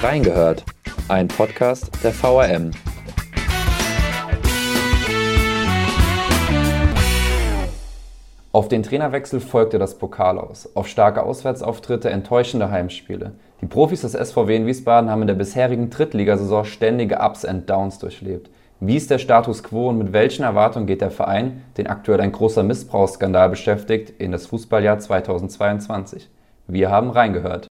Reingehört, ein Podcast der VRM. Auf den Trainerwechsel folgte das Pokalaus, auf starke Auswärtsauftritte, enttäuschende Heimspiele. Die Profis des SVW in Wiesbaden haben in der bisherigen Drittligasaison ständige Ups and Downs durchlebt. Wie ist der Status quo und mit welchen Erwartungen geht der Verein, den aktuell ein großer Missbrauchsskandal beschäftigt, in das Fußballjahr 2022? Wir haben reingehört.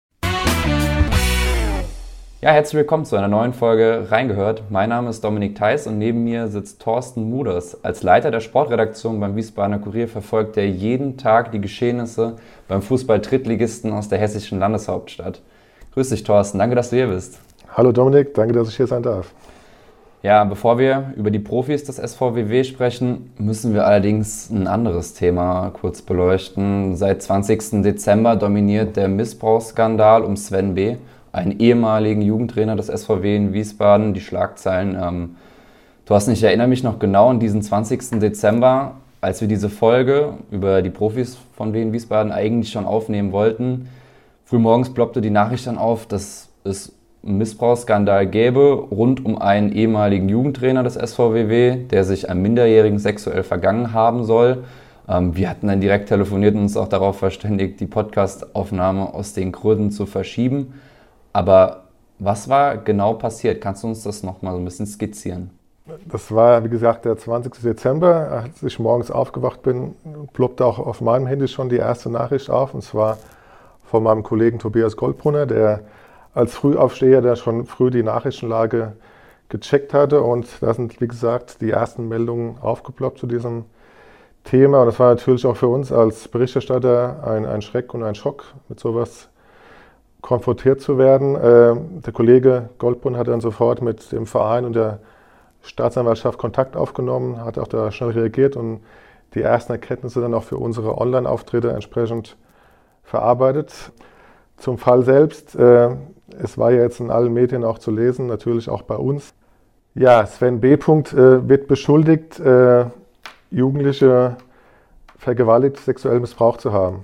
Ja, herzlich willkommen zu einer neuen Folge Reingehört. Mein Name ist Dominik Theis und neben mir sitzt Thorsten Muders. Als Leiter der Sportredaktion beim Wiesbadener Kurier verfolgt er jeden Tag die Geschehnisse beim Fußball-Drittligisten aus der hessischen Landeshauptstadt. Grüß dich, Thorsten. Danke, dass du hier bist. Hallo Dominik, danke, dass ich hier sein darf. Ja, bevor wir über die Profis des SVWW sprechen, müssen wir allerdings ein anderes Thema kurz beleuchten. Seit 20. Dezember dominiert der Missbrauchsskandal um Sven B., einen ehemaligen Jugendtrainer des SVW in Wiesbaden, die Schlagzeilen. Thorsten, ich erinnere mich noch genau an diesen 20. Dezember, als wir diese Folge über die Profis von Wien Wiesbaden eigentlich schon aufnehmen wollten. Frühmorgens ploppte die Nachricht dann auf, dass es einen Missbrauchsskandal gäbe rund um einen ehemaligen Jugendtrainer des SVWW, der sich einem Minderjährigen sexuell vergangen haben soll. Wir hatten dann direkt telefoniert und uns auch darauf verständigt, die Podcastaufnahme aus den Gründen zu verschieben. Aber was war genau passiert? Kannst du uns das nochmal so ein bisschen skizzieren? Das war, wie gesagt, der 20. Dezember. Als ich morgens aufgewacht bin, ploppte auch auf meinem Handy schon die erste Nachricht auf. Und zwar von meinem Kollegen Tobias Goldbrunner, der als Frühaufsteher da schon früh die Nachrichtenlage gecheckt hatte. Und da sind, wie gesagt, die ersten Meldungen aufgeploppt zu diesem Thema. Und das war natürlich auch für uns als Berichterstatter ein Schreck und ein Schock, mit sowas konfrontiert zu werden. Der Kollege Goldbrunn hat dann sofort mit dem Verein und der Staatsanwaltschaft Kontakt aufgenommen, hat auch da schnell reagiert und die ersten Erkenntnisse dann auch für unsere Online-Auftritte entsprechend verarbeitet. Zum Fall selbst, es war ja jetzt in allen Medien auch zu lesen, natürlich auch bei uns. Ja, Sven B. Wird beschuldigt, Jugendliche vergewaltigt, sexuell missbraucht zu haben.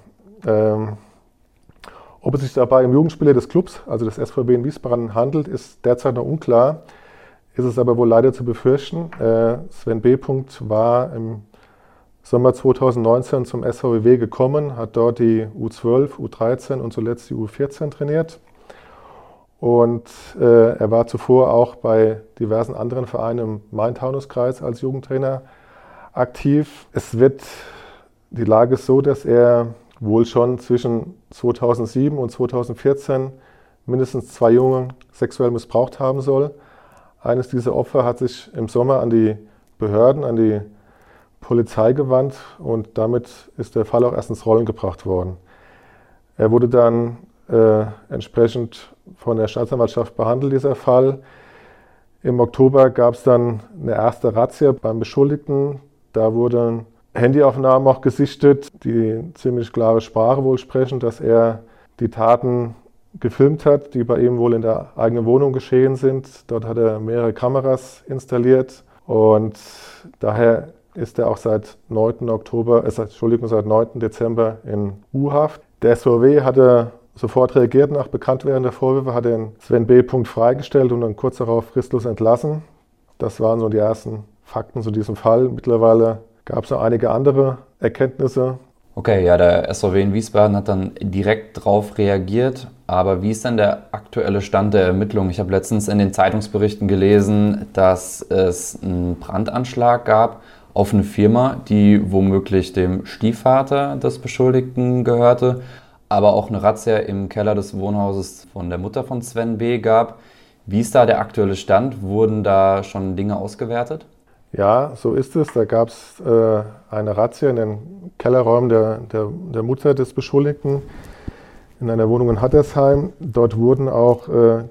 Ob es sich dabei um Jugendspieler des Clubs, also des SVW in Wiesbaden, handelt, ist derzeit noch unklar. Ist es aber wohl leider zu befürchten. Sven B. war im Sommer 2019 zum SVW gekommen, hat dort die U12, U13 und zuletzt die U14 trainiert. Und er war zuvor auch bei diversen anderen Vereinen im Main-Taunus-Kreis als Jugendtrainer aktiv. Die Lage ist so, dass er wohl schon zwischen 2007 und 2014 mindestens 2 Jungen sexuell missbraucht haben soll. Eines dieser Opfer hat sich im Sommer an die Behörden, an die Polizei gewandt und damit ist der Fall auch erst ins Rollen gebracht worden. Er wurde dann entsprechend von der Staatsanwaltschaft behandelt, dieser Fall. Im Oktober gab es dann eine erste Razzia beim Beschuldigten. Da wurden Handyaufnahmen auch gesichtet, die ziemlich klare Sprache wohl sprechen, dass er die Taten gefilmt hat, die bei ihm wohl in der eigenen Wohnung geschehen sind. Dort hat er mehrere Kameras installiert und daher ist er auch seit 9. Dezember in U-Haft. Der SVW hatte sofort reagiert nach Bekanntwerden der Vorwürfe, hat den Sven B. freigestellt und dann kurz darauf fristlos entlassen. Das waren so die ersten Fakten zu diesem Fall. Mittlerweile gab es noch einige andere Erkenntnisse. Okay, ja, der SVW in Wiesbaden hat dann direkt darauf reagiert. Aber wie ist denn der aktuelle Stand der Ermittlungen? Ich habe letztens in den Zeitungsberichten gelesen, dass es einen Brandanschlag gab auf eine Firma, die womöglich dem Stiefvater des Beschuldigten gehörte, aber auch eine Razzia im Keller des Wohnhauses von der Mutter von Sven B. gab. Wie ist da der aktuelle Stand? Wurden da schon Dinge ausgewertet? Ja, so ist es. Da gab es eine Razzia in den Kellerräumen der Mutter des Beschuldigten in einer Wohnung in Hattersheim. Dort wurden auch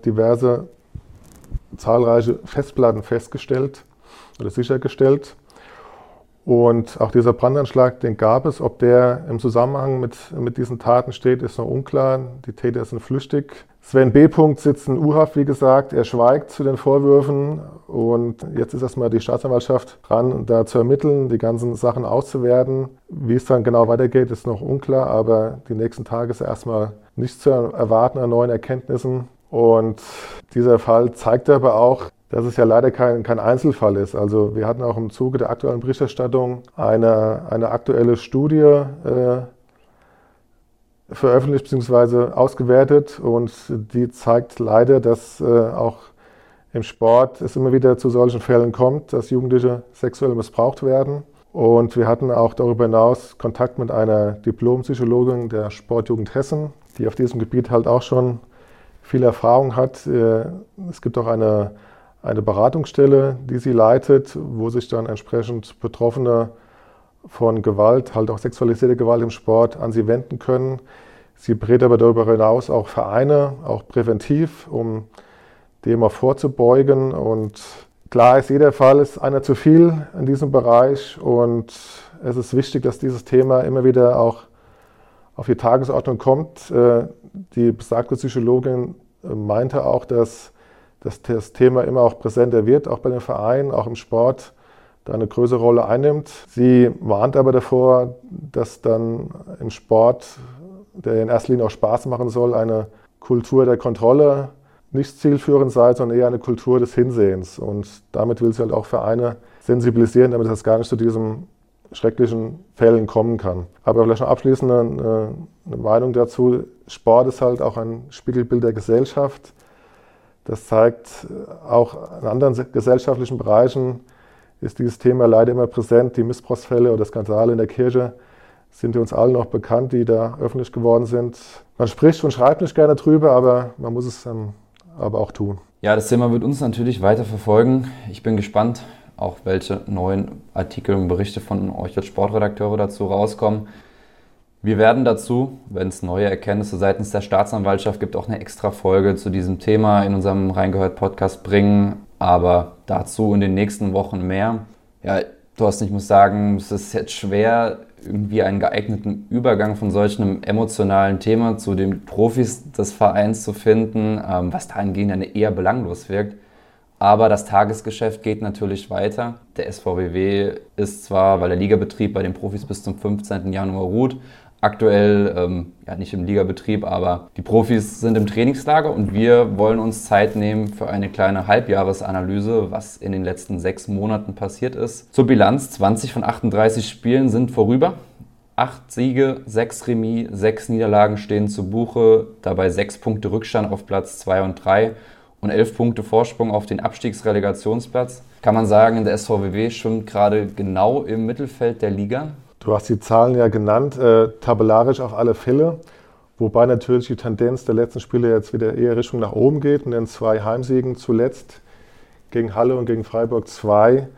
zahlreiche Festplatten festgestellt oder sichergestellt. Und auch dieser Brandanschlag, den gab es. Ob der im Zusammenhang mit diesen Taten steht, ist noch unklar. Die Täter sind flüchtig. Sven B. sitzt in U-Haft, wie gesagt. Er schweigt zu den Vorwürfen. Und jetzt ist erstmal die Staatsanwaltschaft dran, da zu ermitteln, die ganzen Sachen auszuwerten. Wie es dann genau weitergeht, ist noch unklar. Aber die nächsten Tage ist erstmal nichts zu erwarten an neuen Erkenntnissen. Und dieser Fall zeigt aber auch, dass es ja leider kein Einzelfall ist. Also wir hatten auch im Zuge der aktuellen Berichterstattung eine aktuelle Studie veröffentlicht bzw. ausgewertet und die zeigt leider, dass auch im Sport es immer wieder zu solchen Fällen kommt, dass Jugendliche sexuell missbraucht werden. Und wir hatten auch darüber hinaus Kontakt mit einer Diplompsychologin der Sportjugend Hessen, die auf diesem Gebiet halt auch schon viel Erfahrung hat. Es gibt auch eine Beratungsstelle, die sie leitet, wo sich dann entsprechend Betroffene von Gewalt, halt auch sexualisierte Gewalt im Sport, an sie wenden können. Sie berät aber darüber hinaus auch Vereine, auch präventiv, um dem auch vorzubeugen. Und klar ist, jeder Fall ist einer zu viel in diesem Bereich und es ist wichtig, dass dieses Thema immer wieder auch auf die Tagesordnung kommt. Die besagte Psychologin meinte auch, dass das Thema immer auch präsenter wird, auch bei den Vereinen, auch im Sport, da eine größere Rolle einnimmt. Sie warnt aber davor, dass dann im Sport, der in erster Linie auch Spaß machen soll, eine Kultur der Kontrolle nicht zielführend sei, sondern eher eine Kultur des Hinsehens. Und damit will sie halt auch Vereine sensibilisieren, damit es gar nicht zu diesen schrecklichen Fällen kommen kann. Aber vielleicht noch abschließend eine Meinung dazu. Sport ist halt auch ein Spiegelbild der Gesellschaft. Das zeigt auch in anderen gesellschaftlichen Bereichen, ist dieses Thema leider immer präsent. Die Missbrauchsfälle oder Skandale in der Kirche sind uns allen noch bekannt, die da öffentlich geworden sind. Man spricht und schreibt nicht gerne drüber, aber man muss es aber auch tun. Ja, das Thema wird uns natürlich weiter verfolgen. Ich bin gespannt, auch welche neuen Artikel und Berichte von euch als Sportredakteure dazu rauskommen. Wir werden dazu, wenn es neue Erkenntnisse seitens der Staatsanwaltschaft gibt, auch eine extra Folge zu diesem Thema in unserem Reingehört-Podcast bringen. Aber dazu in den nächsten Wochen mehr. Ja, Thorsten, ich muss sagen, es ist jetzt schwer, irgendwie einen geeigneten Übergang von solch einem emotionalen Thema zu den Profis des Vereins zu finden, was dahingehend eher belanglos wirkt. Aber das Tagesgeschäft geht natürlich weiter. Der SVBW ist zwar, weil der Ligabetrieb bei den Profis bis zum 15. Januar ruht, aktuell nicht im Ligabetrieb, aber die Profis sind im Trainingslager und wir wollen uns Zeit nehmen für eine kleine Halbjahresanalyse, was in den letzten 6 Monaten passiert ist. Zur Bilanz: 20 von 38 Spielen sind vorüber. 8 Siege, 6 Remis, 6 Niederlagen stehen zu Buche, dabei 6 Punkte Rückstand auf Platz 2 und 3 und 11 Punkte Vorsprung auf den Abstiegsrelegationsplatz. Kann man sagen, der SVBW schwimmt gerade genau im Mittelfeld der Liga. Du hast die Zahlen ja genannt, tabellarisch auf alle Fälle, wobei natürlich die Tendenz der letzten Spiele jetzt wieder eher Richtung nach oben geht, und den 2 Heimsiegen zuletzt gegen Halle und gegen Freiburg 2.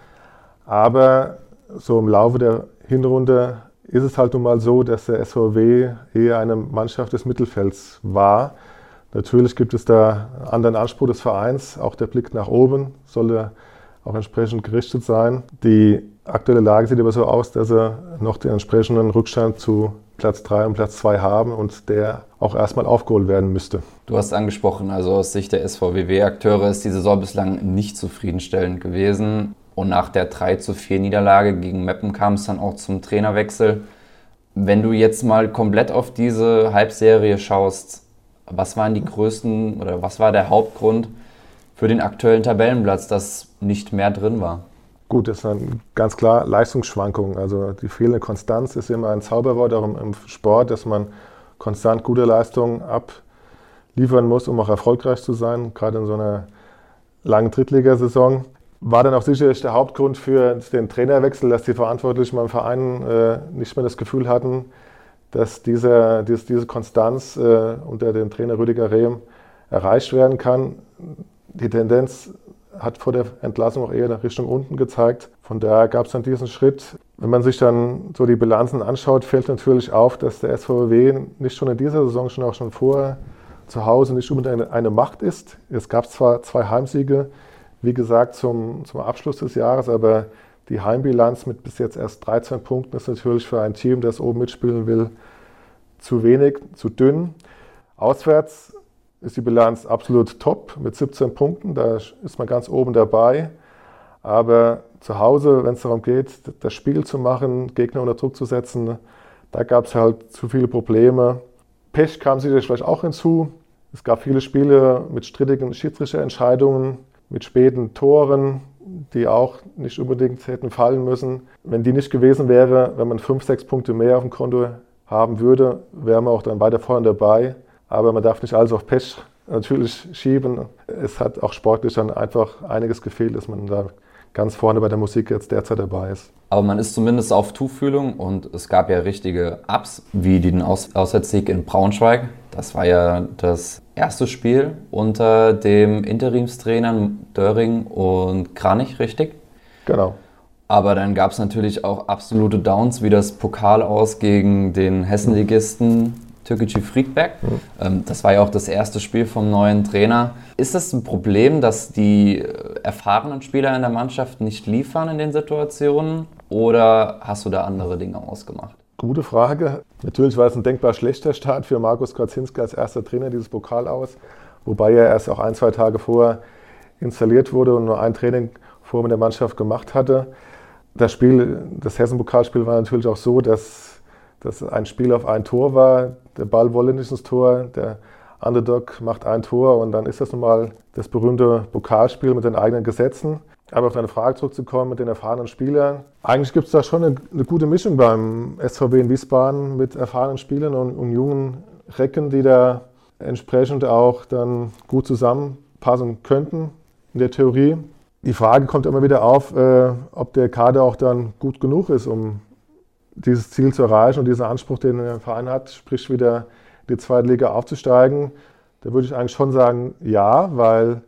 Aber so im Laufe der Hinrunde ist es halt nun mal so, dass der SVW eher eine Mannschaft des Mittelfelds war. Natürlich gibt es da einen anderen Anspruch des Vereins, auch der Blick nach oben soll auch entsprechend gerichtet sein. Die aktuelle Lage sieht aber so aus, dass sie noch den entsprechenden Rückstand zu Platz 3 und Platz 2 haben und der auch erstmal aufgeholt werden müsste. Du hast angesprochen, also aus Sicht der SVBW-Akteure ist die Saison bislang nicht zufriedenstellend gewesen. Und nach der 3:4 Niederlage gegen Meppen kam es dann auch zum Trainerwechsel. Wenn du jetzt mal komplett auf diese Halbserie schaust, was waren die größten oder was war der Hauptgrund für den aktuellen Tabellenplatz, dass nicht mehr drin war? Gut, das ist dann ganz klar Leistungsschwankungen. Also die fehlende Konstanz ist immer ein Zauberwort, auch im Sport, dass man konstant gute Leistungen abliefern muss, um auch erfolgreich zu sein, gerade in so einer langen Drittligasaison. War dann auch sicherlich der Hauptgrund für den Trainerwechsel, dass die Verantwortlichen beim Verein nicht mehr das Gefühl hatten, dass diese Konstanz unter dem Trainer Rüdiger Rehm erreicht werden kann. Die Tendenz hat vor der Entlassung auch eher nach Richtung unten gezeigt. Von daher gab es dann diesen Schritt. Wenn man sich dann so die Bilanzen anschaut, fällt natürlich auf, dass der SVW nicht schon in dieser Saison, auch schon vorher zu Hause nicht unbedingt eine Macht ist. Es gab zwar 2 Heimsiege, wie gesagt, zum Abschluss des Jahres, aber die Heimbilanz mit bis jetzt erst 13 Punkten ist natürlich für ein Team, das oben mitspielen will, zu wenig, zu dünn. Auswärts ist die Bilanz absolut top mit 17 Punkten, da ist man ganz oben dabei. Aber zu Hause, wenn es darum geht, das Spiel zu machen, Gegner unter Druck zu setzen, da gab es halt zu viele Probleme. Pech kam sicherlich vielleicht auch hinzu. Es gab viele Spiele mit strittigen Schiedsrichterentscheidungen, mit späten Toren, die auch nicht unbedingt hätten fallen müssen. Wenn die nicht gewesen wäre, wenn man 5, 6 Punkte mehr auf dem Konto haben würde, wären wir auch dann weiter vorne dabei. Aber man darf nicht alles auf Pech natürlich schieben. Es hat auch sportlich dann einfach einiges gefehlt, dass man da ganz vorne bei der Musik jetzt derzeit dabei ist. Aber man ist zumindest auf Tuchfühlung und es gab ja richtige Ups, wie den Auswärtssieg in Braunschweig. Das war ja das erste Spiel unter dem Interimstrainern Döring und Kranich, richtig? Genau. Aber dann gab es natürlich auch absolute Downs, wie das Pokal aus gegen den Hessenligisten Türkgücü Friedberg. Das war ja auch das erste Spiel vom neuen Trainer. Ist das ein Problem, dass die erfahrenen Spieler in der Mannschaft nicht liefern in den Situationen? Oder hast du da andere Dinge ausgemacht? Gute Frage. Natürlich war es ein denkbar schlechter Start für Markus Kocinski als erster Trainer dieses Pokal aus. Wobei er erst auch 1, 2 Tage vorher installiert wurde und nur ein Training vor mit der Mannschaft gemacht hatte. Das Hessen-Pokalspiel war natürlich auch so, dass ein Spiel auf ein Tor war. Der Ball wolle nicht ins Tor, der Underdog macht ein Tor und dann ist das nun mal das berühmte Pokalspiel mit den eigenen Gesetzen. Aber auf deine Frage zurückzukommen mit den erfahrenen Spielern. Eigentlich gibt es da schon eine gute Mischung beim SVW in Wiesbaden mit erfahrenen Spielern und jungen Recken, die da entsprechend auch dann gut zusammenpassen könnten in der Theorie. Die Frage kommt immer wieder auf, ob der Kader auch dann gut genug ist, um dieses Ziel zu erreichen und diesen Anspruch, den der Verein hat, sprich wieder in die zweite Liga aufzusteigen. Da würde ich eigentlich schon sagen, ja, weil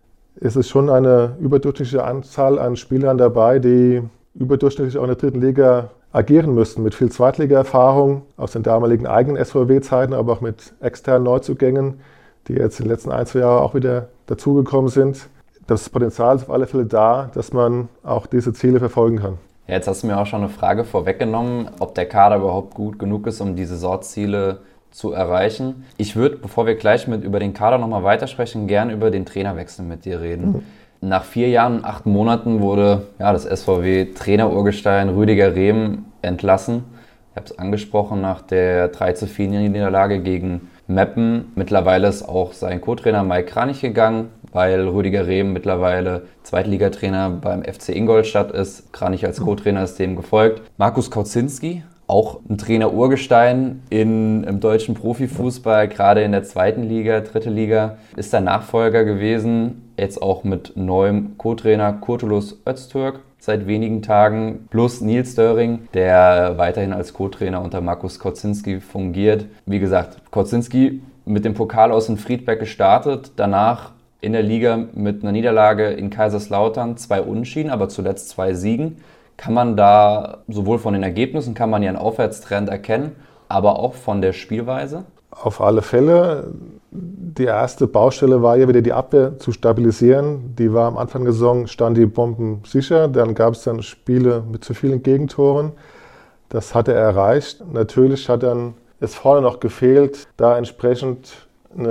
es ist schon eine überdurchschnittliche Anzahl an Spielern dabei, die überdurchschnittlich auch in der dritten Liga agieren müssten, mit viel Zweitliga-Erfahrung aus den damaligen eigenen SVW-Zeiten, aber auch mit externen Neuzugängen, die jetzt in den letzten 1, 2 Jahren auch wieder dazugekommen sind. Das Potenzial ist auf alle Fälle da, dass man auch diese Ziele verfolgen kann. Ja, jetzt hast du mir auch schon eine Frage vorweggenommen, ob der Kader überhaupt gut genug ist, um die Saisonziele zu erreichen. Ich würde, bevor wir gleich über den Kader nochmal weitersprechen, gern über den Trainerwechsel mit dir reden. Nach 4 Jahren und 8 Monaten wurde das SVW-Trainer-Urgestein Rüdiger Rehm entlassen. Ich habe es angesprochen, nach der 3:4-Niederlage gegen Meppen. Mittlerweile ist auch sein Co-Trainer Mike Kranich gegangen, weil Rüdiger Rehm mittlerweile Zweitligatrainer beim FC Ingolstadt ist. Kranich als Co-Trainer ist dem gefolgt. Markus Kocinski, auch ein Trainer-Urgestein im deutschen Profifußball, gerade in der 2. Liga, 3. Liga, ist der Nachfolger gewesen. Jetzt auch mit neuem Co-Trainer Kurtulus Öztürk seit wenigen Tagen, plus Nils Döring, der weiterhin als Co-Trainer unter Markus Kocinski fungiert. Wie gesagt, Kocinski mit dem Pokal aus in Friedberg gestartet, danach in der Liga mit einer Niederlage in Kaiserslautern, 2 Unentschieden, aber zuletzt 2 Siegen. Kann man da, sowohl von den Ergebnissen kann man ja einen Aufwärtstrend erkennen, aber auch von der Spielweise? Auf alle Fälle. Die erste Baustelle war ja wieder die Abwehr zu stabilisieren. Die war am Anfang der Saison, stand die Bomben sicher. Dann gab es dann Spiele mit zu vielen Gegentoren. Das hat er erreicht. Natürlich hat dann es vorne noch gefehlt, da entsprechend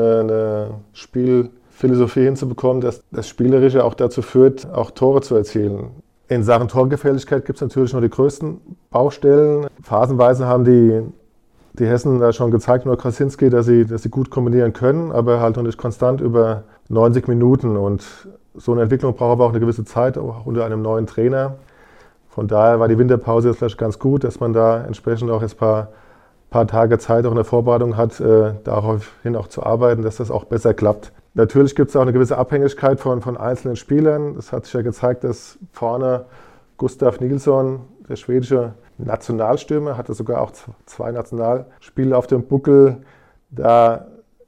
eine Spielphilosophie hinzubekommen, dass das Spielerische auch dazu führt, auch Tore zu erzielen. In Sachen Torgefährlichkeit gibt es natürlich noch die größten Baustellen. Phasenweise haben die Hessen da schon gezeigt, nur Kocinski, dass sie gut kombinieren können, aber halt noch nicht konstant über 90 Minuten. Und so eine Entwicklung braucht aber auch eine gewisse Zeit, auch unter einem neuen Trainer. Von daher war die Winterpause jetzt vielleicht ganz gut, dass man da entsprechend auch jetzt ein paar Tage Zeit auch in der Vorbereitung hat, daraufhin auch zu arbeiten, dass das auch besser klappt. Natürlich gibt es auch eine gewisse Abhängigkeit von einzelnen Spielern. Es hat sich ja gezeigt, dass vorne Gustav Nilsson, der schwedische Nationalstürmer, hatte sogar auch 2 Nationalspiele auf dem Buckel, da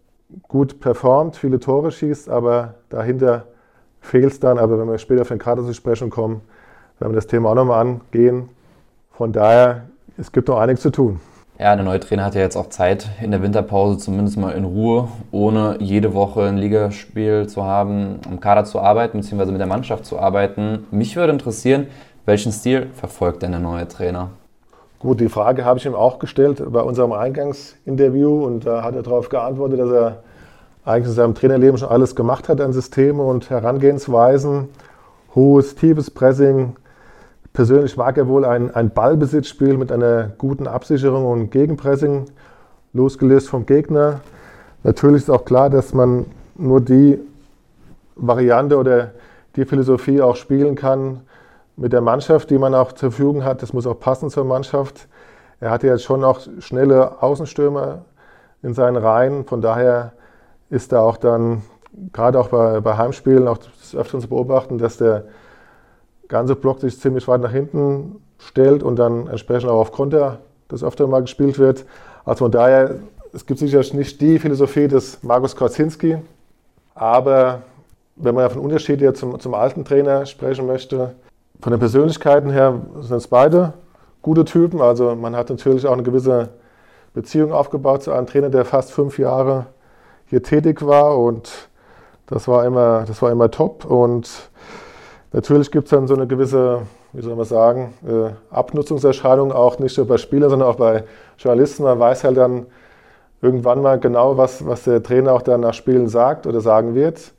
gut performt, viele Tore schießt, aber dahinter fehlt es dann. Aber wenn wir später auf den Kader zu sprechen kommen, werden wir das Thema auch nochmal angehen. Von daher, es gibt noch einiges zu tun. Ja, der neue Trainer hat ja jetzt auch Zeit in der Winterpause, zumindest mal in Ruhe, ohne jede Woche ein Ligaspiel zu haben, am Kader zu arbeiten, beziehungsweise mit der Mannschaft zu arbeiten. Mich würde interessieren, welchen Stil verfolgt denn der neue Trainer? Gut, die Frage habe ich ihm auch gestellt bei unserem Eingangsinterview und da hat er darauf geantwortet, dass er eigentlich in seinem Trainerleben schon alles gemacht hat an Systeme und Herangehensweisen. Hohes, tiefes Pressing. Persönlich mag er wohl ein Ballbesitzspiel mit einer guten Absicherung und Gegenpressing, losgelöst vom Gegner. Natürlich ist auch klar, dass man nur die Variante oder die Philosophie auch spielen kann mit der Mannschaft, die man auch zur Verfügung hat. Das muss auch passen zur Mannschaft. Er hatte jetzt schon auch schnelle Außenstürmer in seinen Reihen. Von daher ist da auch dann, gerade auch bei Heimspielen, auch des Öfteren zu beobachten, dass der ganze Block sich ziemlich weit nach hinten stellt und dann entsprechend auch auf Konter das öfter mal gespielt wird. Also von daher, es gibt sicher nicht die Philosophie des Markus Kautzinski, aber wenn man von Unterschied jetzt zum alten Trainer sprechen möchte, von den Persönlichkeiten her sind es beide gute Typen. Also man hat natürlich auch eine gewisse Beziehung aufgebaut zu einem Trainer, der fast 5 Jahre hier tätig war, und das war immer top. Und natürlich gibt es dann so eine gewisse, wie soll man sagen, Abnutzungserscheinung, auch nicht nur bei Spielern, sondern auch bei Journalisten. Man weiß halt dann irgendwann mal genau, was der Trainer auch dann nach Spielen sagt oder sagen wird.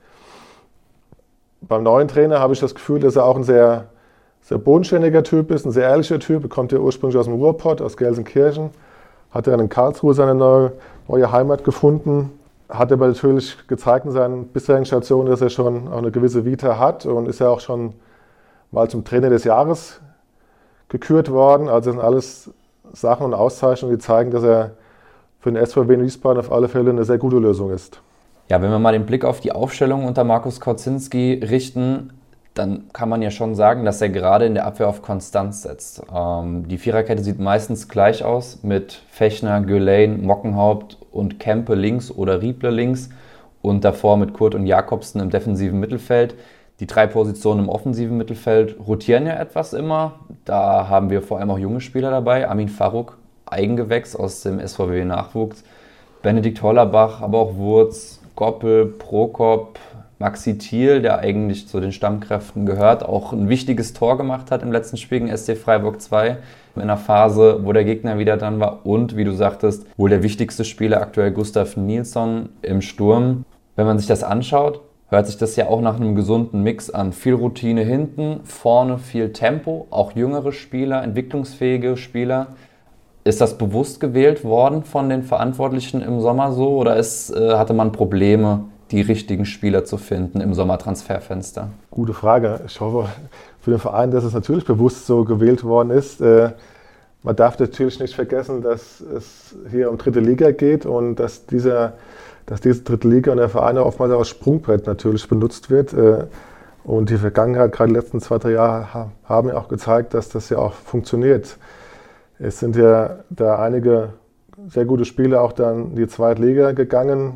Beim neuen Trainer habe ich das Gefühl, dass er auch ein sehr, sehr bodenständiger Typ ist, ein sehr ehrlicher Typ. Er kommt ja ursprünglich aus dem Ruhrpott, aus Gelsenkirchen, hat dann in Karlsruhe seine neue Heimat gefunden, hat aber natürlich gezeigt in seinen bisherigen Stationen, dass er schon auch eine gewisse Vita hat, und ist ja auch schon mal zum Trainer des Jahres gekürt worden. Also das sind alles Sachen und Auszeichnungen, die zeigen, dass er für den SVW in Wiesbaden auf alle Fälle eine sehr gute Lösung ist. Ja, wenn wir mal den Blick auf die Aufstellung unter Markus Kautzinski richten, dann kann man ja schon sagen, dass er gerade in der Abwehr auf Konstanz setzt. Die Viererkette sieht meistens gleich aus mit Fechner, Gülein, Mockenhaupt und Kempe links oder Rieble links und davor mit Kurt und Jakobsen im defensiven Mittelfeld. Die 3 Positionen im offensiven Mittelfeld rotieren ja etwas immer. Da haben wir vor allem auch junge Spieler dabei. Armin Faruk, Eigengewächs aus dem SVW-Nachwuchs. Benedikt Hollerbach, aber auch Wurz, Goppel, Prokop, Maxi Thiel, der eigentlich zu den Stammkräften gehört, auch ein wichtiges Tor gemacht hat im letzten Spiel gegen SC Freiburg 2, in einer Phase, wo der Gegner wieder dran war. Und, wie du sagtest, wohl der wichtigste Spieler aktuell Gustav Nilsson im Sturm. Wenn man sich das anschaut, hört sich das ja auch nach einem gesunden Mix an. Viel Routine hinten, vorne viel Tempo, auch jüngere Spieler, entwicklungsfähige Spieler. Ist das bewusst gewählt worden von den Verantwortlichen im Sommer so, oder hatte man Probleme, die richtigen Spieler zu finden im Sommertransferfenster? Gute Frage. Ich hoffe für den Verein, dass es natürlich bewusst so gewählt worden ist. Man darf natürlich nicht vergessen, dass es hier um dritte Liga geht und dass diese dritte Liga und der Verein oftmals auch als Sprungbrett natürlich benutzt wird. Und die Vergangenheit, gerade die letzten 2-3 Jahre, haben ja auch gezeigt, dass das ja auch funktioniert. Es sind ja da einige sehr gute Spieler auch dann in die Zweitliga gegangen.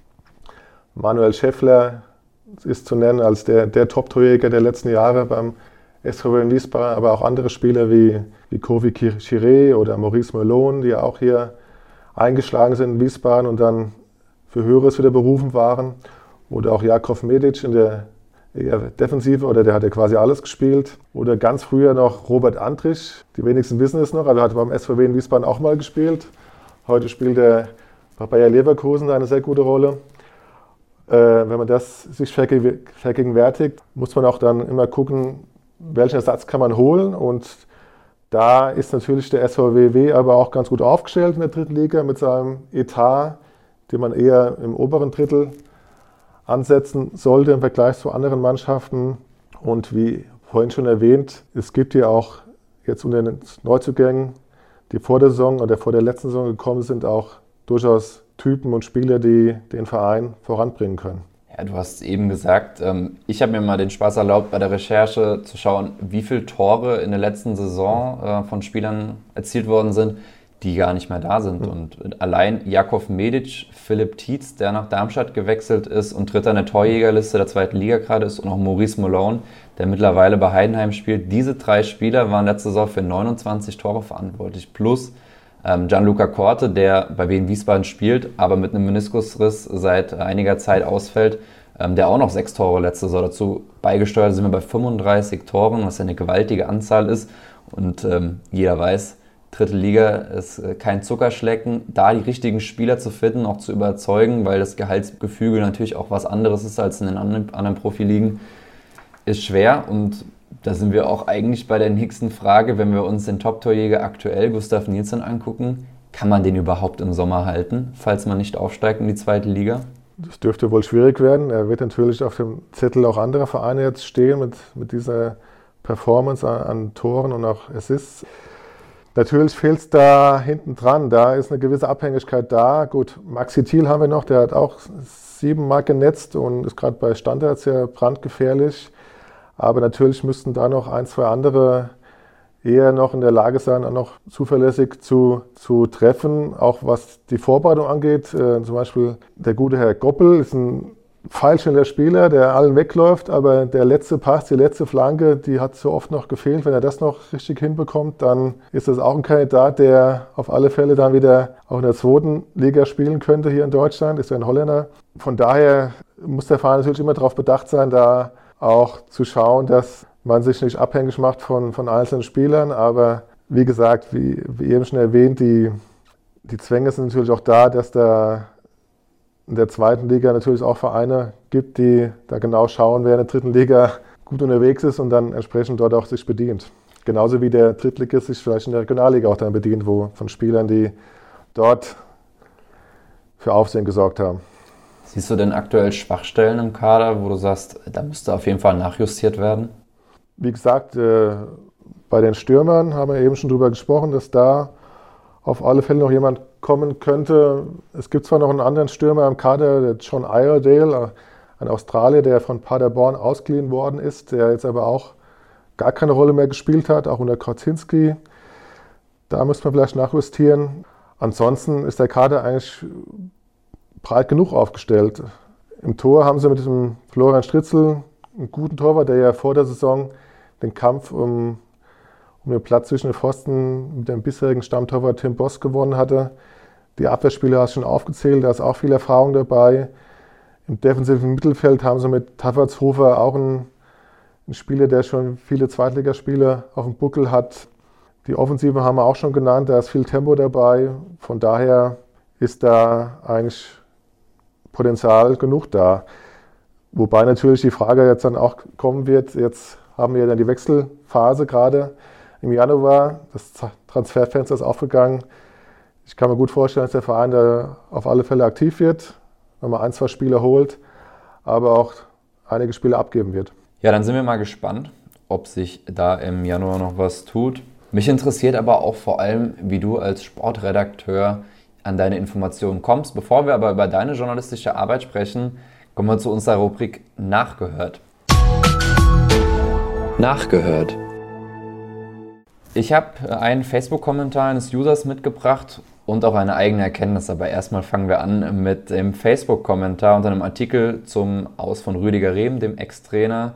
Manuel Schäffler ist zu nennen als der Top-Torjäger der letzten Jahre beim SVW in Wiesbaden, aber auch andere Spieler wie Kofi Chiré oder Maurice Melon, die ja auch hier eingeschlagen sind in Wiesbaden und dann für Höheres wieder berufen waren. Oder auch Jakov Medic in der eher Defensive, oder der hat ja quasi alles gespielt. Oder ganz früher noch Robert Andrich, die wenigsten wissen es noch, aber er hat beim SVW in Wiesbaden auch mal gespielt. Heute spielt er bei Bayer Leverkusen eine sehr gute Rolle. Wenn man das sich vergegenwärtigt, muss man auch dann immer gucken, welchen Ersatz kann man holen. Und da ist natürlich der SVW aber auch ganz gut aufgestellt in der dritten Liga mit seinem Etat, den man eher im oberen Drittel ansetzen sollte im Vergleich zu anderen Mannschaften. Und wie vorhin schon erwähnt, es gibt hier auch jetzt unter den Neuzugängen, die vor der Saison oder vor der letzten Saison gekommen sind, auch durchaus Typen und Spieler, die den Verein voranbringen können. Ja, du hast eben gesagt, ich habe mir mal den Spaß erlaubt, bei der Recherche zu schauen, wie viele Tore in der letzten Saison von Spielern erzielt worden sind, die gar nicht mehr da sind. Und allein Jakov Medic, Philipp Tietz, der nach Darmstadt gewechselt ist und Dritter in der Torjägerliste der zweiten Liga gerade ist, und auch Maurice Malone, der mittlerweile bei Heidenheim spielt. Diese 3 Spieler waren letzte Saison für 29 Tore verantwortlich. Plus Gianluca Korte, der bei Wien Wiesbaden spielt, aber mit einem Meniskusriss seit einiger Zeit ausfällt, der auch noch 6 Tore letzte Saison dazu beigesteuert. Sind wir bei 35 Toren, was ja eine gewaltige Anzahl ist. Und jeder weiß, dritte Liga ist kein Zuckerschlecken. Da die richtigen Spieler zu finden, auch zu überzeugen, weil das Gehaltsgefüge natürlich auch was anderes ist als in den anderen Profiligen, ist schwer. Und da sind wir auch eigentlich bei der nächsten Frage, wenn wir uns den Top-Torjäger aktuell, Gustav Nilsson, angucken. Kann man den überhaupt im Sommer halten, falls man nicht aufsteigt in die zweite Liga? Das dürfte wohl schwierig werden. Er wird natürlich auf dem Zettel auch anderer Vereine jetzt stehen mit dieser Performance an Toren und auch Assists. Natürlich fehlt es da hinten dran. Da ist eine gewisse Abhängigkeit da. Gut, Maxi Thiel haben wir noch, der hat auch 7-mal genetzt und ist gerade bei Standards ja brandgefährlich. Aber natürlich müssten da noch 1, 2 andere eher noch in der Lage sein, auch noch zuverlässig zu treffen. Auch was die Vorbereitung angeht. Zum Beispiel der gute Herr Goppel ist ein pfeilschneller Spieler, der allen wegläuft, aber der letzte Pass, die letzte Flanke, die hat so oft noch gefehlt. Wenn er das noch richtig hinbekommt, dann ist das auch ein Kandidat, der auf alle Fälle dann wieder auch in der zweiten Liga spielen könnte hier in Deutschland. Ist ja ein Holländer. Von daher muss der Verein natürlich immer darauf bedacht sein, da auch zu schauen, dass man sich nicht abhängig macht von einzelnen Spielern. Aber wie gesagt, wie eben schon erwähnt, die Zwänge sind natürlich auch da, dass da in der zweiten Liga natürlich auch Vereine gibt, die da genau schauen, wer in der dritten Liga gut unterwegs ist und dann entsprechend dort auch sich bedient. Genauso wie der Drittligist sich vielleicht in der Regionalliga auch dann bedient, von Spielern, die dort für Aufsehen gesorgt haben. Siehst du denn aktuell Schwachstellen im Kader, wo du sagst, da müsste auf jeden Fall nachjustiert werden? Wie gesagt, bei den Stürmern haben wir eben schon drüber gesprochen, dass da auf alle Fälle noch jemand kommen könnte. Es gibt zwar noch einen anderen Stürmer im Kader, der John Iredale, ein Australier, der von Paderborn ausgeliehen worden ist, der jetzt aber auch gar keine Rolle mehr gespielt hat, auch unter Korzinski. Da müsste man vielleicht nachjustieren. Ansonsten ist der Kader eigentlich breit genug aufgestellt. Im Tor haben sie mit diesem Florian Stritzel einen guten Torwart, der ja vor der Saison den Kampf um den Platz zwischen den Pfosten mit dem bisherigen Stammtorwart Tim Boss gewonnen hatte. Die Abwehrspieler hast du schon aufgezählt, da ist auch viel Erfahrung dabei. Im defensiven Mittelfeld haben sie mit Taffertshofer auch einen Spieler, der schon viele Zweitligaspiele auf dem Buckel hat. Die Offensive haben wir auch schon genannt, da ist viel Tempo dabei. Von daher ist da eigentlich Potenzial genug da. Wobei natürlich die Frage jetzt dann auch kommen wird, jetzt haben wir dann die Wechselphase gerade im Januar, das Transferfenster ist aufgegangen. Ich kann mir gut vorstellen, dass der Verein da auf alle Fälle aktiv wird, nochmal 1, 2 Spieler holt, aber auch einige Spieler abgeben wird. Ja, dann sind wir mal gespannt, ob sich da im Januar noch was tut. Mich interessiert aber auch vor allem, wie du als Sportredakteur an deine Informationen kommst. Bevor wir aber über deine journalistische Arbeit sprechen, kommen wir zu unserer Rubrik Nachgehört. Nachgehört. Ich habe einen Facebook-Kommentar eines Users mitgebracht und auch eine eigene Erkenntnis. Aber erstmal fangen wir an mit dem Facebook-Kommentar unter einem Artikel zum Aus von Rüdiger Rehm, dem Ex-Trainer,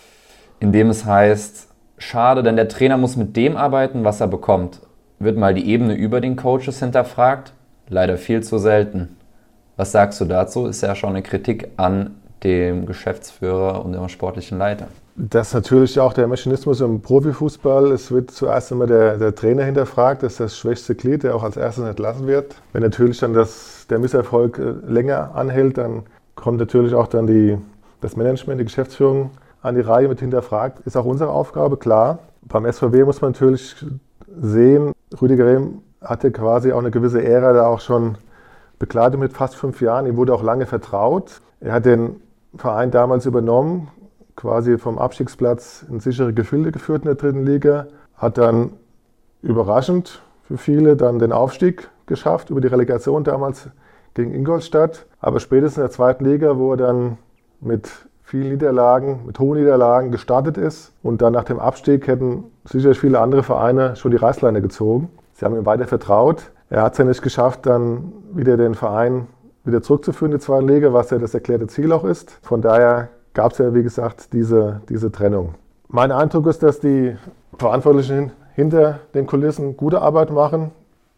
in dem es heißt: Schade, denn der Trainer muss mit dem arbeiten, was er bekommt. Wird mal die Ebene über den Coaches hinterfragt? Leider viel zu selten. Was sagst du dazu? Ist ja schon eine Kritik an dem Geschäftsführer und dem sportlichen Leiter. Das ist natürlich auch der Mechanismus im Profifußball. Es wird zuerst immer der Trainer hinterfragt, das ist das schwächste Glied, der auch als erstes entlassen wird. Wenn natürlich dann der Misserfolg länger anhält, dann kommt natürlich auch dann das Management, die Geschäftsführung an die Reihe mit hinterfragt. Ist auch unsere Aufgabe, klar. Beim SVW muss man natürlich sehen, Rüdiger Rehm hatte quasi auch eine gewisse Ära da auch schon begleitet mit fast 5 Jahren. Ihm wurde auch lange vertraut. Er hat den Verein damals übernommen, quasi vom Abstiegsplatz in sichere Gefilde geführt in der dritten Liga, hat dann überraschend für viele dann den Aufstieg geschafft über die Relegation damals gegen Ingolstadt. Aber spätestens in der zweiten Liga, wo er dann mit vielen Niederlagen, mit hohen Niederlagen gestartet ist und dann nach dem Abstieg hätten sicherlich viele andere Vereine schon die Reißleine gezogen. Sie haben ihm weiter vertraut. Er hat es ja nicht geschafft, dann wieder den Verein wieder zurückzuführen in die zweite Liga, was ja das erklärte Ziel auch ist. Von daher gab es ja, wie gesagt, diese Trennung. Mein Eindruck ist, dass die Verantwortlichen hinter den Kulissen gute Arbeit machen.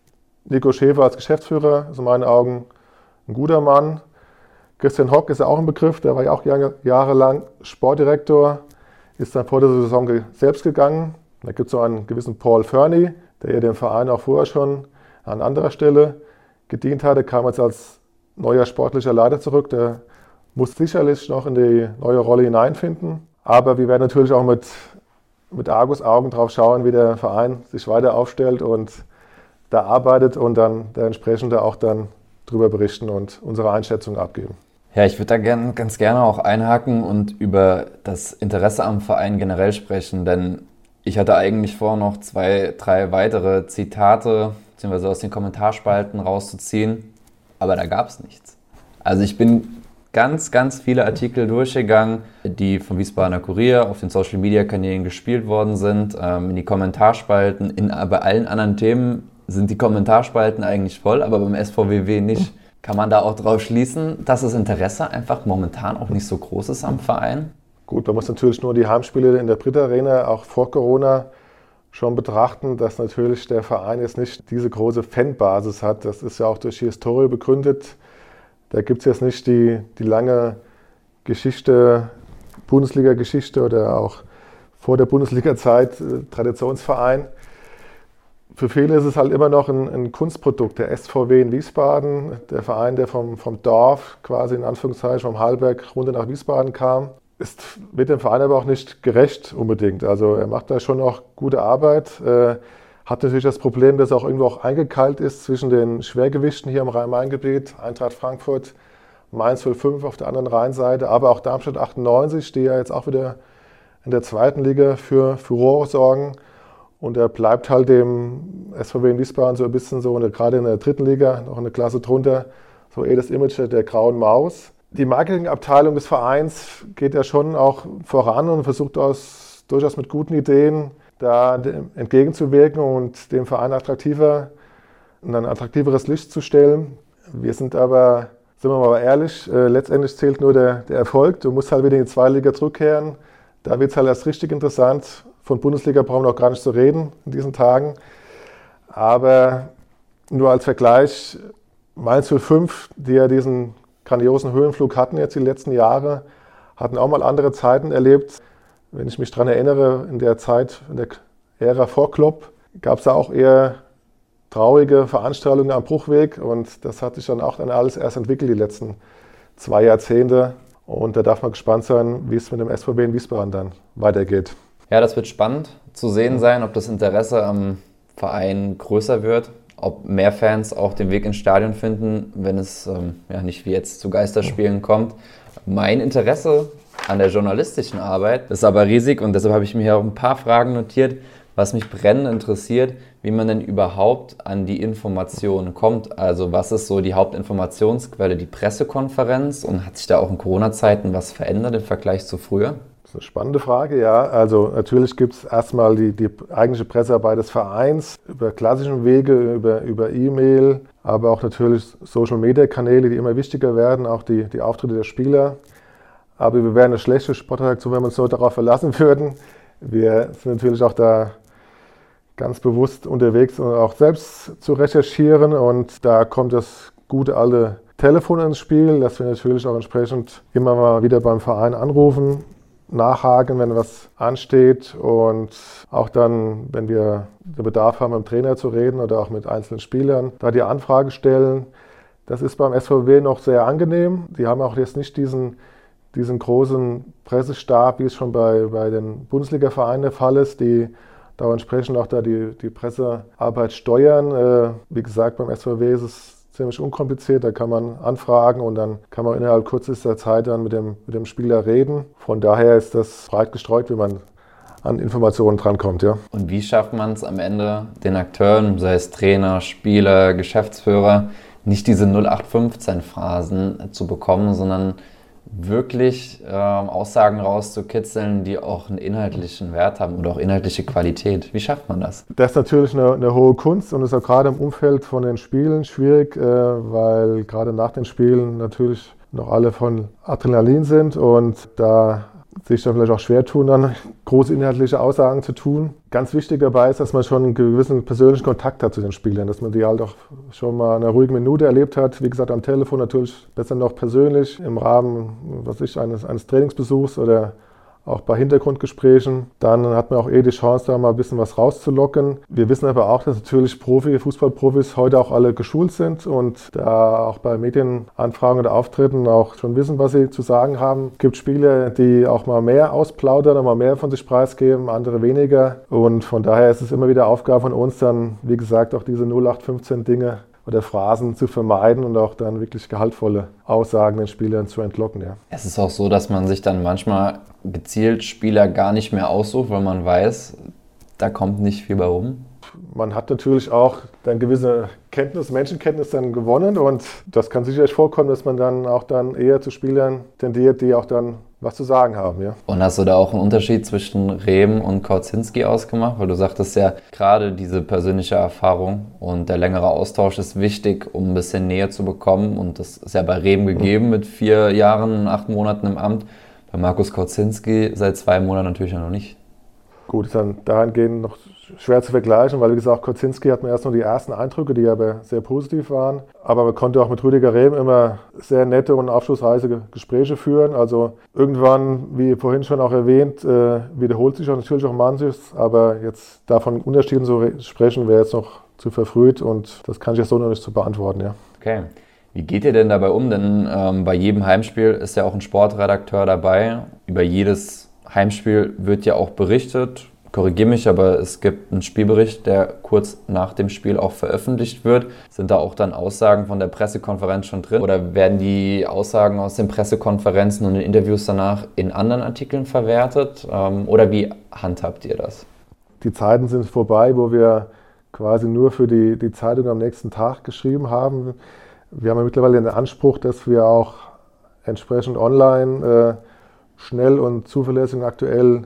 Nico Schäfer als Geschäftsführer ist in meinen Augen ein guter Mann. Christian Hock ist ja auch ein Begriff, der war ja auch jahrelang Sportdirektor, ist dann vor der Saison selbst gegangen. Da gibt es noch einen gewissen Paul Fernie, der ja dem Verein auch vorher schon an anderer Stelle gedient hatte, kam jetzt als neuer sportlicher Leiter zurück. Der muss sicherlich noch in die neue Rolle hineinfinden. Aber wir werden natürlich auch mit Argusaugen drauf schauen, wie der Verein sich weiter aufstellt und da arbeitet und dann der Entsprechende auch dann drüber berichten und unsere Einschätzung abgeben. Ja, ich würde da ganz gerne auch einhaken und über das Interesse am Verein generell sprechen, denn ich hatte eigentlich vor, noch 2, 3 weitere Zitate bzw. aus den Kommentarspalten rauszuziehen, aber da gab es nichts. Also ich bin ganz viele Artikel durchgegangen, die vom Wiesbadener Kurier auf den Social-Media-Kanälen gespielt worden sind, in die Kommentarspalten. Bei allen anderen Themen sind die Kommentarspalten eigentlich voll, aber beim SVWW nicht. Kann man da auch drauf schließen, dass das Interesse einfach momentan auch nicht so groß ist am Verein? Gut, man muss natürlich nur die Heimspiele in der Brit Arena auch vor Corona schon betrachten, dass natürlich der Verein jetzt nicht diese große Fanbasis hat. Das ist ja auch durch die Historie begründet. Da gibt es jetzt nicht die lange Geschichte, Bundesliga-Geschichte oder auch vor der Bundesliga-Zeit Traditionsverein. Für viele ist es halt immer noch ein Kunstprodukt. Der SVW in Wiesbaden, der Verein, der vom Dorf quasi in Anführungszeichen, vom Hallberg runter nach Wiesbaden kam, wird dem Verein aber auch nicht gerecht unbedingt. Also er macht da schon auch gute Arbeit, hat natürlich das Problem, dass er auch irgendwo auch eingekeilt ist zwischen den Schwergewichten hier im Rhein-Main-Gebiet, Eintracht Frankfurt, Mainz 05 auf der anderen Rheinseite, aber auch Darmstadt 98, die ja jetzt auch wieder in der zweiten Liga für Furore sorgen. Und er bleibt halt dem SVW in Wiesbaden so ein bisschen so, gerade in der dritten Liga, noch eine Klasse drunter, so das Image der grauen Maus. Die Marketingabteilung des Vereins geht ja schon auch voran und versucht durchaus mit guten Ideen da entgegenzuwirken und dem Verein in ein attraktiveres Licht zu stellen. Wir sind aber, sind wir mal ehrlich, letztendlich zählt nur der Erfolg. Du musst halt wieder in die zweite Liga zurückkehren. Da wird es halt erst richtig interessant. Von Bundesliga brauchen wir noch gar nicht zu reden in diesen Tagen. Aber nur als Vergleich, Mainz 05, die ja diesen grandiosen Höhenflug hatten jetzt die letzten Jahre, hatten auch mal andere Zeiten erlebt. Wenn ich mich daran erinnere, in der Zeit, in der Ära vor Klopp, gab es da auch eher traurige Veranstaltungen am Bruchweg. Und das hat sich dann auch alles erst entwickelt, die letzten 2 Jahrzehnte. Und da darf man gespannt sein, wie es mit dem SVW in Wiesbaden dann weitergeht. Ja, das wird spannend zu sehen sein, ob das Interesse am Verein größer wird, ob mehr Fans auch den Weg ins Stadion finden, wenn es nicht wie jetzt zu Geisterspielen kommt. Mein Interesse an der journalistischen Arbeit ist aber riesig und deshalb habe ich mir hier auch ein paar Fragen notiert, was mich brennend interessiert, wie man denn überhaupt an die Informationen kommt. Also was ist so die Hauptinformationsquelle, die Pressekonferenz, und hat sich da auch in Corona-Zeiten was verändert im Vergleich zu früher? Das ist eine spannende Frage, ja. Also natürlich gibt es erstmal die eigentliche Pressearbeit des Vereins über klassischen Wege, über E-Mail, aber auch natürlich Social-Media-Kanäle, die immer wichtiger werden, auch die Auftritte der Spieler. Aber wir wären eine schlechte Sportredaktion, wenn wir uns so darauf verlassen würden. Wir sind natürlich auch da ganz bewusst unterwegs, um auch selbst zu recherchieren. Und da kommt das gute alte Telefon ins Spiel, dass wir natürlich auch entsprechend immer mal wieder beim Verein anrufen, nachhaken, wenn was ansteht, und auch dann, wenn wir den Bedarf haben, mit dem Trainer zu reden oder auch mit einzelnen Spielern, da die Anfrage stellen. Das ist beim SVW noch sehr angenehm. Die haben auch jetzt nicht diesen großen Pressestab, wie es schon bei den Bundesliga-Vereinen der Fall ist, die da entsprechend auch da die Pressearbeit steuern. Wie gesagt, beim SVW ist es ziemlich unkompliziert, da kann man anfragen und dann kann man innerhalb kürzester Zeit dann mit dem Spieler reden. Von daher ist das breit gestreut, wie man an Informationen drankommt. Ja. Und wie schafft man es am Ende, den Akteuren, sei es Trainer, Spieler, Geschäftsführer, nicht diese 0815-Phrasen zu bekommen, sondern wirklich Aussagen rauszukitzeln, die auch einen inhaltlichen Wert haben oder auch inhaltliche Qualität. Wie schafft man das? Das ist natürlich eine hohe Kunst und ist auch gerade im Umfeld von den Spielen schwierig, weil gerade nach den Spielen natürlich noch alle von Adrenalin sind und da sich dann vielleicht auch schwer tun, dann große inhaltliche Aussagen zu tun. Ganz wichtig dabei ist, dass man schon einen gewissen persönlichen Kontakt hat zu den Spielern, dass man die halt auch schon mal in einer ruhigen Minute erlebt hat. Wie gesagt, am Telefon natürlich besser noch persönlich im Rahmen, eines Trainingsbesuchs oder auch bei Hintergrundgesprächen. Dann hat man auch die Chance, da mal ein bisschen was rauszulocken. Wir wissen aber auch, dass natürlich Fußballprofis heute auch alle geschult sind und da auch bei Medienanfragen oder Auftritten auch schon wissen, was sie zu sagen haben. Es gibt Spieler, die auch mal mehr ausplaudern und mal mehr von sich preisgeben, andere weniger. Und von daher ist es immer wieder Aufgabe von uns, dann, wie gesagt, auch diese 0815 Dinge oder Phrasen zu vermeiden und auch dann wirklich gehaltvolle Aussagen den Spielern zu entlocken. Ja. Es ist auch so, dass man sich dann manchmal gezielt Spieler gar nicht mehr aussucht, weil man weiß, da kommt nicht viel bei rum. Man hat natürlich auch dann gewisse Menschenkenntnis dann gewonnen und das kann sicherlich vorkommen, dass man dann auch dann eher zu Spielern tendiert, die auch dann was zu sagen haben. Ja. Und hast du da auch einen Unterschied zwischen Rehm und Kautzinski ausgemacht? Weil du sagtest ja, gerade diese persönliche Erfahrung und der längere Austausch ist wichtig, um ein bisschen Nähe zu bekommen. Und das ist ja bei Rehm gegeben mit 4 Jahren und 8 Monaten im Amt. Bei Markus Kautzinski seit 2 Monaten natürlich noch nicht. Gut, ist dann dahingehend noch schwer zu vergleichen, weil wie gesagt, Kautzinski hat man erst noch die ersten Eindrücke, die aber sehr positiv waren. Aber man konnte auch mit Rüdiger Rehm immer sehr nette und aufschlussreiche Gespräche führen. Also irgendwann, wie vorhin schon auch erwähnt, wiederholt sich auch natürlich auch manches. Aber jetzt davon Unterschieden zu sprechen, wäre jetzt noch zu verfrüht und das kann ich jetzt so noch nicht zu beantworten. Ja. Okay. Wie geht ihr denn dabei um? Denn bei jedem Heimspiel ist ja auch ein Sportredakteur dabei. Über jedes Heimspiel wird ja auch berichtet. Korrigiere mich, aber es gibt einen Spielbericht, der kurz nach dem Spiel auch veröffentlicht wird. Sind da auch dann Aussagen von der Pressekonferenz schon drin? Oder werden die Aussagen aus den Pressekonferenzen und den Interviews danach in anderen Artikeln verwertet? Oder wie handhabt ihr das? Die Zeiten sind vorbei, wo wir quasi nur für die Zeitung am nächsten Tag geschrieben haben. Wir haben ja mittlerweile den Anspruch, dass wir auch entsprechend online schnell und zuverlässig und aktuell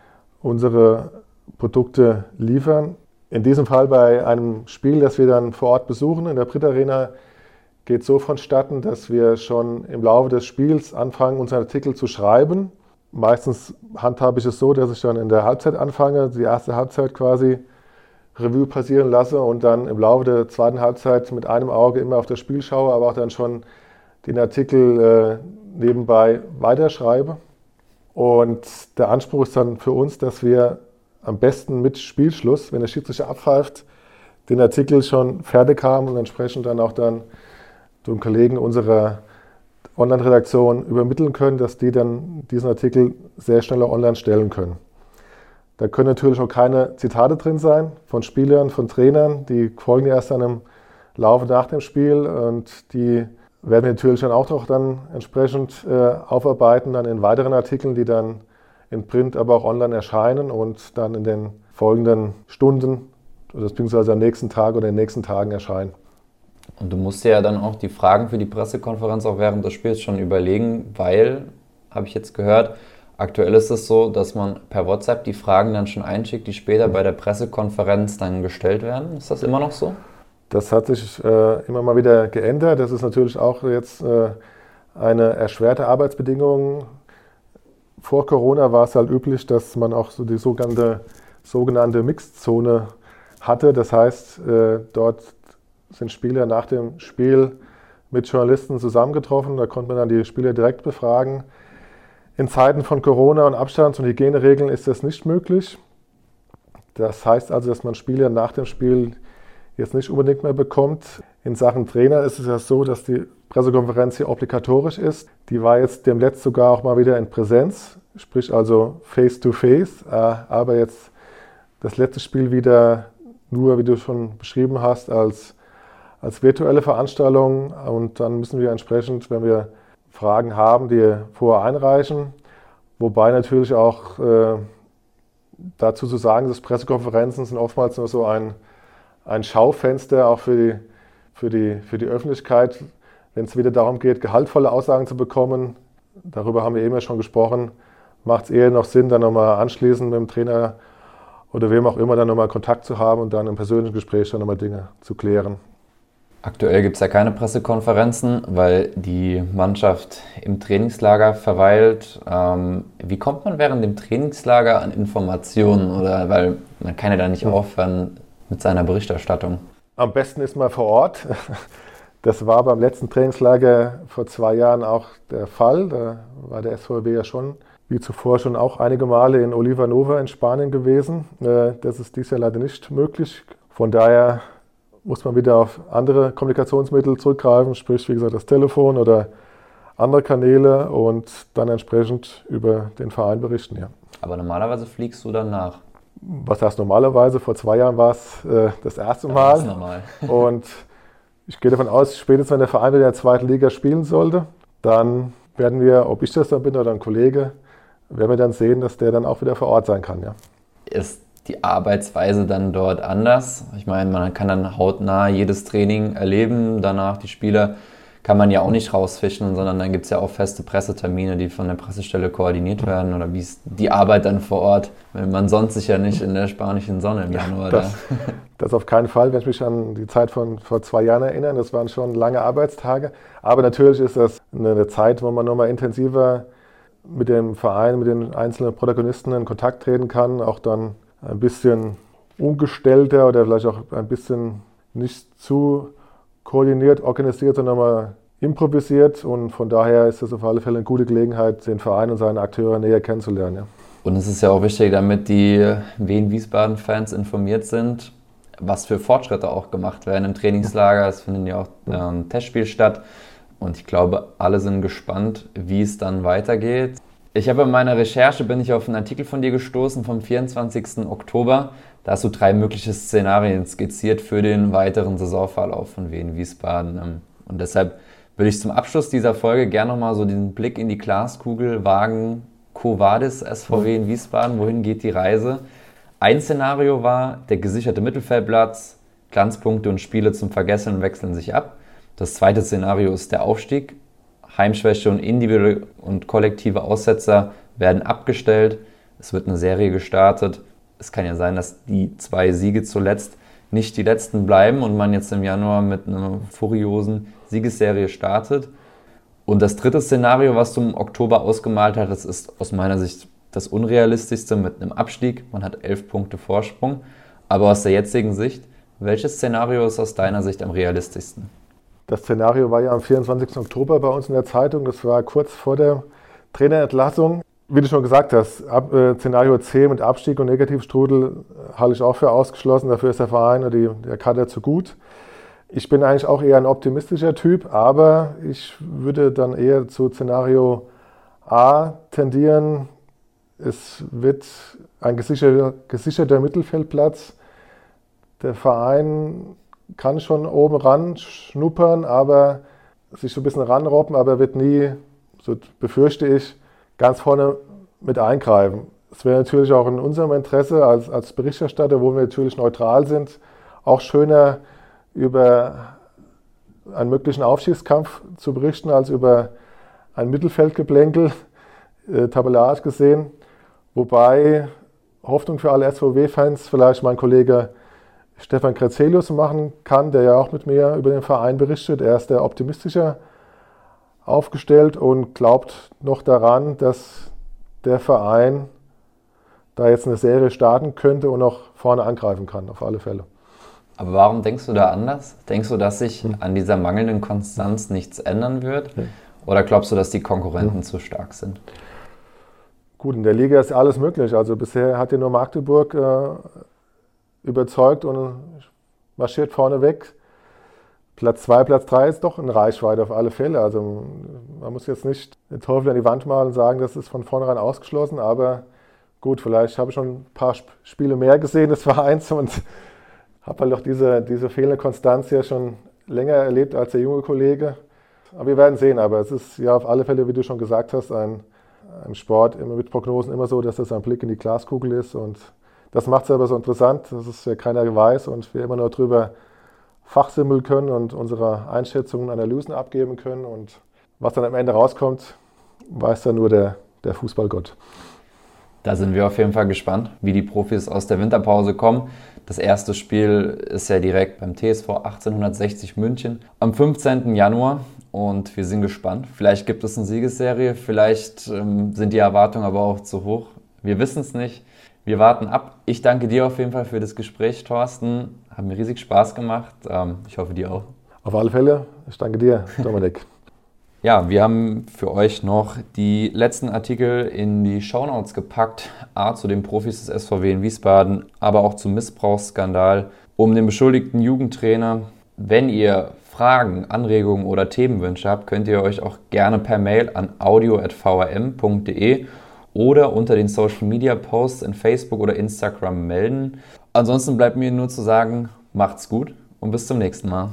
unsere Produkte liefern. In diesem Fall bei einem Spiel, das wir dann vor Ort besuchen, in der Brit Arena, geht es so vonstatten, dass wir schon im Laufe des Spiels anfangen, unseren Artikel zu schreiben. Meistens handhabe ich es so, dass ich dann in der Halbzeit anfange, die erste Halbzeit quasi Revue passieren lasse und dann im Laufe der zweiten Halbzeit mit einem Auge immer auf das Spiel schaue, aber auch dann schon den Artikel nebenbei weiterschreibe. Und der Anspruch ist dann für uns, dass wir am besten mit Spielschluss, wenn der Schiedsrichter abpfeift, den Artikel schon fertig haben und entsprechend dann auch dann den Kollegen unserer Online-Redaktion übermitteln können, dass die dann diesen Artikel sehr schnell online stellen können. Da können natürlich auch keine Zitate drin sein von Spielern, von Trainern, die folgen erst dann im Laufe nach dem Spiel und die werden wir natürlich dann auch dann entsprechend aufarbeiten, dann in weiteren Artikeln, die dann in Print, aber auch online erscheinen und dann in den folgenden Stunden, beziehungsweise am nächsten Tag oder in den nächsten Tagen erscheinen. Und du musst dir ja dann auch die Fragen für die Pressekonferenz auch während des Spiels schon überlegen, weil, habe ich jetzt gehört, aktuell ist es so, dass man per WhatsApp die Fragen dann schon einschickt, die später bei der Pressekonferenz dann gestellt werden. Ist das immer noch so? Das hat sich immer mal wieder geändert. Das ist natürlich auch jetzt eine erschwerte Arbeitsbedingung. Vor Corona war es halt üblich, dass man auch so die sogenannte Mixed-Zone hatte. Das heißt, dort sind Spieler nach dem Spiel mit Journalisten zusammengetroffen. Da konnte man dann die Spieler direkt befragen. In Zeiten von Corona und Abstands- und Hygieneregeln ist das nicht möglich. Das heißt also, dass man Spieler nach dem Spiel jetzt nicht unbedingt mehr bekommt. In Sachen Trainer ist es ja so, dass die Pressekonferenz hier obligatorisch ist. Die war jetzt demnächst sogar auch mal wieder in Präsenz, sprich also face-to-face. Aber jetzt das letzte Spiel wieder nur, wie du schon beschrieben hast, als virtuelle Veranstaltung. Und dann müssen wir entsprechend, wenn wir Fragen haben, die vorher einreichen. Wobei natürlich auch dazu zu sagen, dass Pressekonferenzen sind oftmals nur so ein Schaufenster auch für die Öffentlichkeit, wenn es wieder darum geht, gehaltvolle Aussagen zu bekommen. Darüber haben wir eben ja schon gesprochen. Macht es eher noch Sinn, dann nochmal anschließend mit dem Trainer oder wem auch immer dann nochmal Kontakt zu haben und dann im persönlichen Gespräch dann nochmal Dinge zu klären. Aktuell gibt es ja keine Pressekonferenzen, weil die Mannschaft im Trainingslager verweilt. Wie kommt man während dem Trainingslager an Informationen? Oder weil man kann ja da nicht aufhören mit seiner Berichterstattung. Am besten ist man vor Ort. Das war beim letzten Trainingslager vor 2 Jahren auch der Fall. Da war der SVB ja schon wie zuvor schon auch einige Male in Oliva Nova in Spanien gewesen. Das ist dieses Jahr leider nicht möglich. Von daher muss man wieder auf andere Kommunikationsmittel zurückgreifen, sprich wie gesagt das Telefon oder andere Kanäle und dann entsprechend über den Verein berichten. Ja. Aber normalerweise fliegst du dann nach? Was heißt normalerweise? Vor 2 Jahren war es das erste Mal. Das ist normal. Und ich gehe davon aus, spätestens wenn der Verein wieder in der zweiten Liga spielen sollte, dann werden wir, ob ich das dann bin oder ein Kollege, werden wir dann sehen, dass der dann auch wieder vor Ort sein kann. Ja. Ist die Arbeitsweise dann dort anders? Ich meine, man kann dann hautnah jedes Training erleben, danach die Spieler kann man ja auch nicht rausfischen, sondern dann gibt es ja auch feste Pressetermine, die von der Pressestelle koordiniert werden. Oder wie ist die Arbeit dann vor Ort? Man sonnt sich ja nicht in der spanischen Sonne im Januar. Das auf keinen Fall, wenn ich mich an die Zeit von vor 2 Jahren erinnere. Das waren schon lange Arbeitstage. Aber natürlich ist das eine Zeit, wo man nochmal intensiver mit dem Verein, mit den einzelnen Protagonisten in Kontakt treten kann. Auch dann ein bisschen umgestellter oder vielleicht auch ein bisschen nicht zu koordiniert, organisiert, sondern mal improvisiert. Und von daher ist das auf alle Fälle eine gute Gelegenheit, den Verein und seine Akteure näher kennenzulernen. Ja. Und es ist ja auch wichtig, damit die Wien Wiesbaden-Fans informiert sind, was für Fortschritte auch gemacht werden im Trainingslager. Es findet ja auch ein Testspiel statt. Und ich glaube, alle sind gespannt, wie es dann weitergeht. Ich habe in meiner Recherche, bin ich auf einen Artikel von dir gestoßen vom 24. Oktober. Da hast du 3 mögliche Szenarien skizziert für den weiteren Saisonverlauf von Wien Wiesbaden. Und deshalb würde ich zum Abschluss dieser Folge gerne nochmal so diesen Blick in die Glaskugel wagen. Quo vadis SVW in Wiesbaden, wohin geht die Reise? Ein Szenario war, der gesicherte Mittelfeldplatz, Glanzpunkte und Spiele zum Vergessen wechseln sich ab. Das zweite Szenario ist der Aufstieg. Heimschwäche und individuelle und kollektive Aussetzer werden abgestellt. Es wird eine Serie gestartet. Es kann ja sein, dass die 2 Siege zuletzt nicht die letzten bleiben und man jetzt im Januar mit einer furiosen Siegesserie startet. Und das dritte Szenario, was du im Oktober ausgemalt hast, das ist aus meiner Sicht das unrealistischste mit einem Abstieg. Man hat 11 Punkte Vorsprung. Aber aus der jetzigen Sicht, welches Szenario ist aus deiner Sicht am realistischsten? Das Szenario war ja am 24. Oktober bei uns in der Zeitung. Das war kurz vor der Trainerentlassung. Wie du schon gesagt hast, Szenario C mit Abstieg und Negativstrudel halte ich auch für ausgeschlossen. Dafür ist der Verein oder der Kader zu gut. Ich bin eigentlich auch eher ein optimistischer Typ, aber ich würde dann eher zu Szenario A tendieren. Es wird ein gesicherter Mittelfeldplatz. Der Verein kann schon oben ran schnuppern, aber sich so ein bisschen ranrobben, aber wird nie, so befürchte ich, ganz vorne mit eingreifen. Es wäre natürlich auch in unserem Interesse als Berichterstatter, wo wir natürlich neutral sind, auch schöner über einen möglichen Aufstiegskampf zu berichten, als über ein Mittelfeldgeplänkel, tabellarisch gesehen. Wobei Hoffnung für alle SVW-Fans vielleicht mein Kollege Stefan Kretzelius machen kann, der ja auch mit mir über den Verein berichtet. Er ist der optimistischer aufgestellt und glaubt noch daran, dass der Verein da jetzt eine Serie starten könnte und auch vorne angreifen kann, auf alle Fälle. Aber warum denkst du da anders? Denkst du, dass sich an dieser mangelnden Konstanz nichts ändern wird? Oder glaubst du, dass die Konkurrenten zu stark sind? Gut, in der Liga ist alles möglich. Also bisher hat ja nur Magdeburg überzeugt und marschiert vorne weg. Platz 2, Platz 3 ist doch in Reichweite auf alle Fälle. Also man muss jetzt nicht den Teufel an die Wand malen und sagen, das ist von vornherein ausgeschlossen. Aber gut, vielleicht habe ich schon ein paar Spiele mehr gesehen des Vereins und habe halt auch diese fehlende Konstanz ja schon länger erlebt als der junge Kollege. Aber wir werden sehen. Aber es ist ja auf alle Fälle, wie du schon gesagt hast, ein Sport immer mit Prognosen immer so, dass das ein Blick in die Glaskugel ist. Und das macht es aber so interessant, dass es ja keiner weiß und wir immer nur drüber fachsimmeln können und unsere Einschätzungen, Analysen abgeben können. Und was dann am Ende rauskommt, weiß dann nur der Fußballgott. Da sind wir auf jeden Fall gespannt, wie die Profis aus der Winterpause kommen. Das erste Spiel ist ja direkt beim TSV 1860 München am 15. Januar und wir sind gespannt. Vielleicht gibt es eine Siegesserie, vielleicht sind die Erwartungen aber auch zu hoch. Wir wissen es nicht. Wir warten ab. Ich danke dir auf jeden Fall für das Gespräch, Thorsten. Hat mir riesig Spaß gemacht. Ich hoffe, dir auch. Auf alle Fälle. Ich danke dir, Dominik. Ja, wir haben für euch noch die letzten Artikel in die Shownotes gepackt, zu den Profis des SVW in Wiesbaden, aber auch zum Missbrauchsskandal um den beschuldigten Jugendtrainer. Wenn ihr Fragen, Anregungen oder Themenwünsche habt, könnt ihr euch auch gerne per Mail an audio@vrm.de oder unter den Social Media Posts in Facebook oder Instagram melden. Ansonsten bleibt mir nur zu sagen, macht's gut und bis zum nächsten Mal.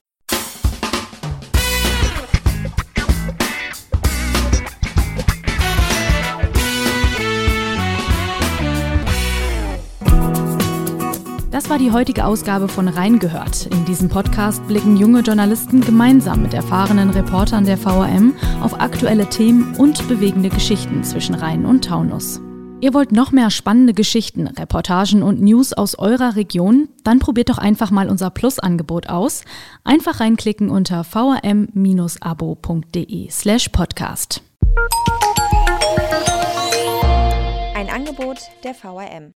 Das war die heutige Ausgabe von Reingehört. In diesem Podcast blicken junge Journalisten gemeinsam mit erfahrenen Reportern der VRM auf aktuelle Themen und bewegende Geschichten zwischen Rhein und Taunus. Ihr wollt noch mehr spannende Geschichten, Reportagen und News aus eurer Region? Dann probiert doch einfach mal unser Plus-Angebot aus. Einfach reinklicken unter vrm-abo.de/podcast. Ein Angebot der VRM.